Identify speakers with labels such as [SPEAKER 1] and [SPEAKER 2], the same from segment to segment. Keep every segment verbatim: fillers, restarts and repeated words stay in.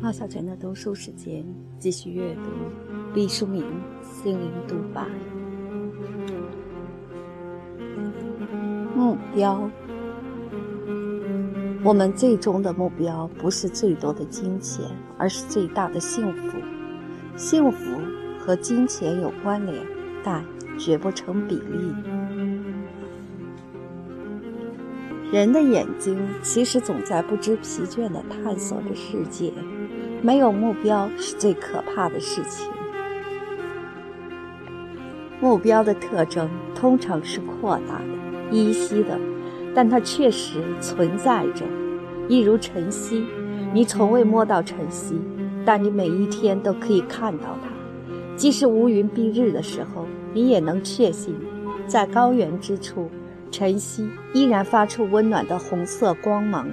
[SPEAKER 1] 马小娟的读书时间，继续阅读毕淑敏心灵独白。目标，我们最终的目标不是最多的金钱，而是最大的幸福。幸福和金钱有关联，但绝不成比例。人的眼睛其实总在不知疲倦地探索着世界，没有目标是最可怕的事情。目标的特征通常是扩大的、依稀的，但它确实存在着。一如晨曦，你从未摸到晨曦，但你每一天都可以看到它。即使乌云蔽日的时候，你也能确信，在高原之处，晨曦依然发出温暖的红色光芒。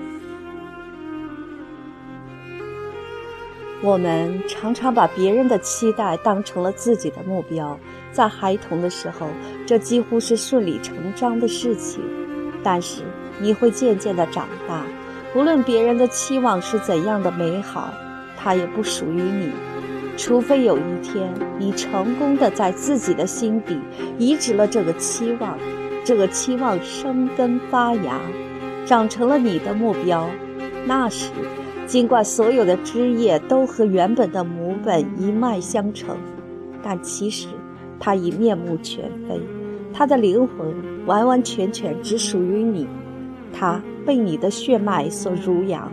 [SPEAKER 1] 我们常常把别人的期待当成了自己的目标，在孩童的时候，这几乎是顺理成章的事情。但是你会渐渐地长大，无论别人的期望是怎样的美好，它也不属于你。除非有一天你成功地在自己的心底移植了这个期望，这个期望生根发芽，长成了你的目标。那时尽管所有的枝叶都和原本的母本一脉相承，但其实它已面目全非，它的灵魂完完全全只属于你，它被你的血脉所濡养。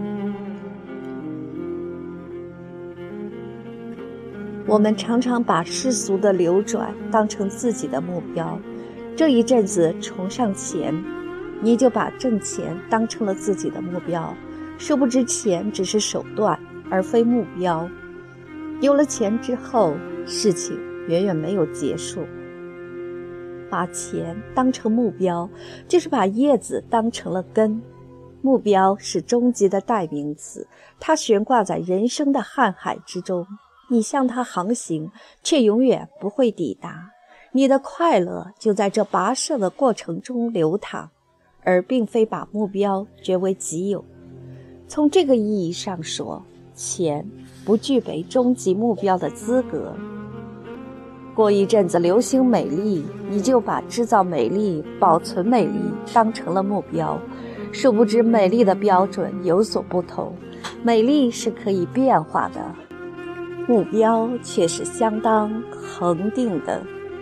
[SPEAKER 1] 我们常常把世俗的流转当成自己的目标，这一阵子崇尚钱，你就把挣钱当成了自己的目标，殊不知钱只是手段，而非目标。有了钱之后，事情远远没有结束。把钱当成目标，就是把叶子当成了根。目标是终极的代名词，它悬挂在人生的瀚海之中，你向它航行，却永远不会抵达。你的快乐就在这跋涉的过程中流淌，而并非把目标据为己有。从这个意义上说，钱不具备终极目标的资格。过一阵子流行美丽，你就把制造美丽、保存美丽当成了目标，殊不知美丽的标准有所不同，美丽是可以变化的，目标却是相当恒定的。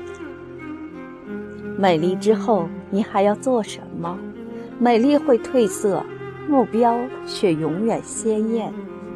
[SPEAKER 1] 美丽之后，你还要做什么？美丽会褪色，目标却永远鲜艳。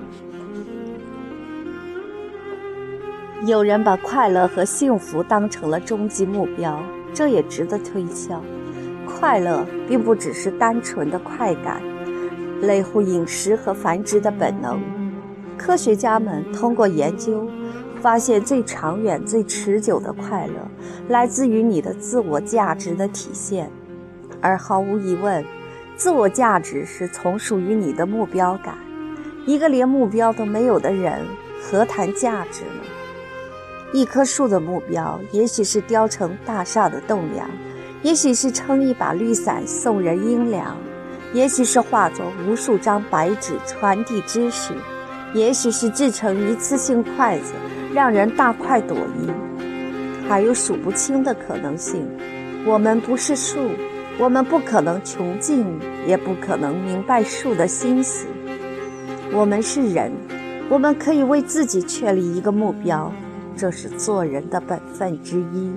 [SPEAKER 1] 有人把快乐和幸福当成了终极目标，这也值得推敲。快乐并不只是单纯的快感，类乎饮食和繁殖的本能。科学家们通过研究发现，最长远、最持久的快乐来自于你的自我价值的体现。而毫无疑问，自我价值是从属于你的目标感。一个连目标都没有的人，何谈价值呢？一棵树的目标，也许是雕成大厦的栋梁，也许是撑一把绿伞送人阴凉，也许是化作无数张白纸传递知识，也许是制成一次性筷子，让人大快朵颐，还有数不清的可能性。我们不是树，我们不可能穷尽，也不可能明白树的心思。我们是人，我们可以为自己确立一个目标，这是做人的本分之一。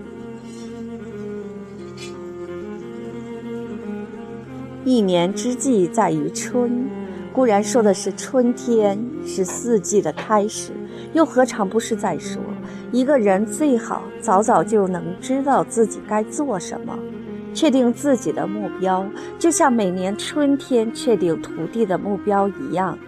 [SPEAKER 1] 一年之计在于春，固然说的是春天，是四季的开始，又何尝不是在说，一个人最好早早就能知道自己该做什么，确定自己的目标，就像每年春天确定土地的目标一样。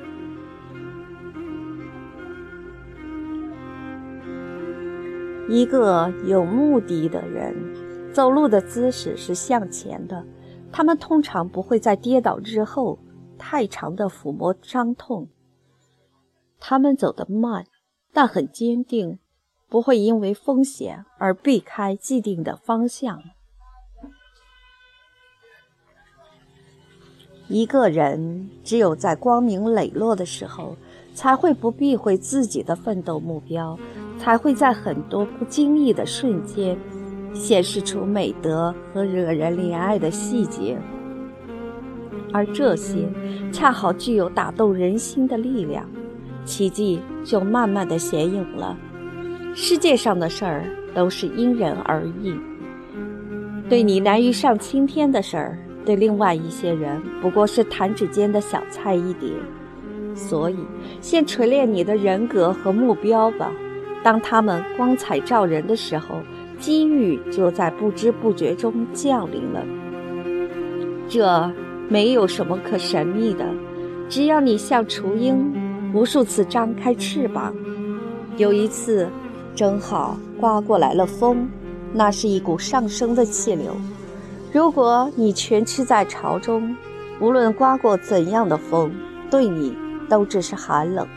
[SPEAKER 1] 一个有目的的人，走路的姿势是向前的，他们通常不会在跌倒之后太长的抚摸伤痛。他们走得慢，但很坚定，不会因为风险而避开既定的方向。一个人只有在光明磊落的时候， 才会不避讳自己的奋斗目标，才会在很多不经意的瞬间显示出美德和惹人怜爱的细节，而这些恰好具有打动人心的力量，奇迹就慢慢的显影了。世界上的事儿都是因人而异，对你难于上青天的事儿，对另外一些人不过是弹指间的小菜一碟。所以先锤炼你的人格和目标吧，当他们光彩照人的时候，机遇就在不知不觉中降临了。这没有什么可神秘的，只要你像雏鹰无数次张开翅膀。有一次正好刮过来了风，那是一股上升的气流，如果你蜷曲在巢中，无论刮过怎样的风，对你都只是寒冷。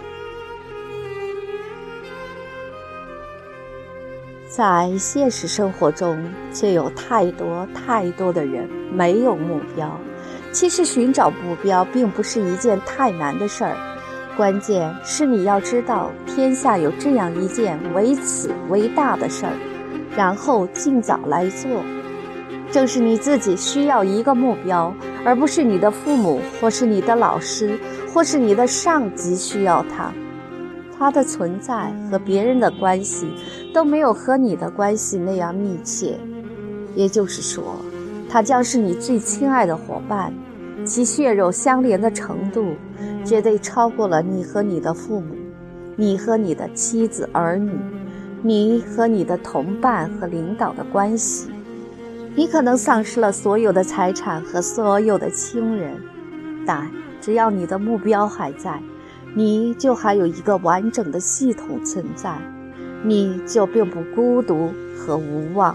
[SPEAKER 1] 在现实生活中，却有太多太多的人没有目标。其实寻找目标并不是一件太难的事儿，关键是你要知道天下有这样一件为此为大的事儿，然后尽早来做。正是你自己需要一个目标，而不是你的父母或是你的老师或是你的上级需要它。它的存在和别人的关系都没有和你的关系那样密切，也就是说，它将是你最亲爱的伙伴，其血肉相连的程度绝对超过了你和你的父母，你和你的妻子儿女，你和你的同伴和领导的关系。你可能丧失了所有的财产和所有的亲人，但只要你的目标还在，你就还有一个完整的系统存在，你就并不孤独和无望。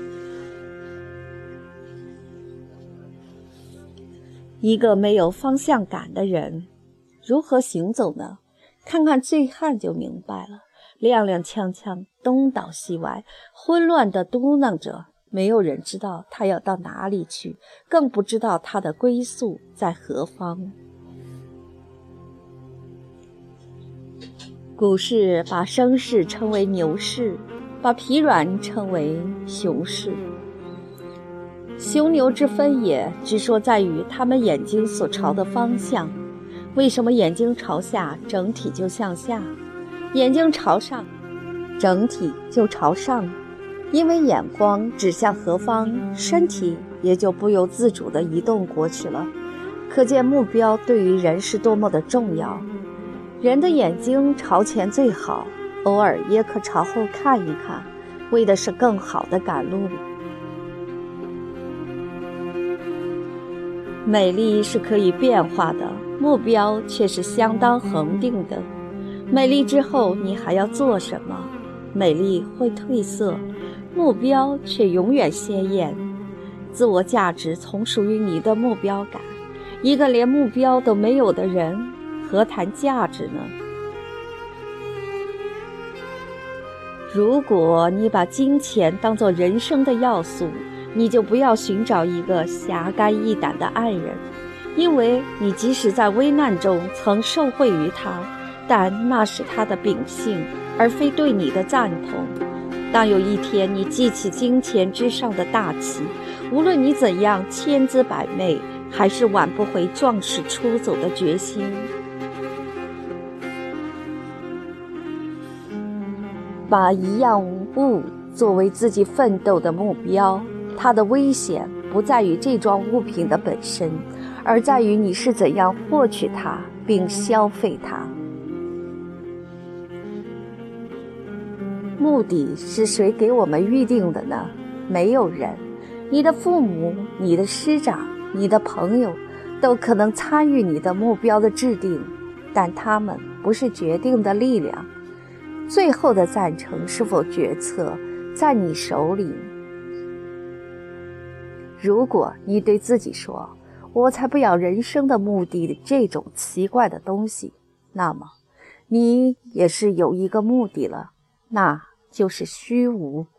[SPEAKER 1] 一个没有方向感的人如何行走呢？看看醉汉就明白了，踉踉跄跄，东倒西歪，混乱地嘟囔着，没有人知道他要到哪里去，更不知道他的归宿在何方。古士把绅士称为牛士，把疲软称为雄士。雄牛之分也，只说在于他们眼睛所朝的方向。为什么眼睛朝下，整体就向下；眼睛朝上，整体就朝上？因为眼光指向何方，身体也就不由自主地移动过去了。可见目标对于人是多么的重要。人的眼睛朝前最好，偶尔也可朝后看一看，为的是更好的赶路。美丽是可以变化的，目标却是相当恒定的。美丽之后你还要做什么？美丽会褪色，目标却永远鲜艳。自我价值从属于你的目标感，一个连目标都没有的人，何谈价值呢？如果你把金钱当作人生的要素，你就不要寻找一个侠肝义胆的爱人，因为你即使在危难中曾受惠于他，但那是他的秉性，而非对你的赞同。当有一天你记起金钱之上的大旗，无论你怎样千姿百媚，还是挽不回壮士出走的决心。把一样物作为自己奋斗的目标，它的危险不在于这桩物品的本身，而在于你是怎样获取它并消费它。目的是谁给我们预定的呢？没有人。你的父母、你的师长、你的朋友都可能参与你的目标的制定，但他们不是决定的力量。最后的赞成是否决策在你手里。如果你对自己说，我才不要人生的目的的这种奇怪的东西，那么你也是有一个目的了，那就是虚无。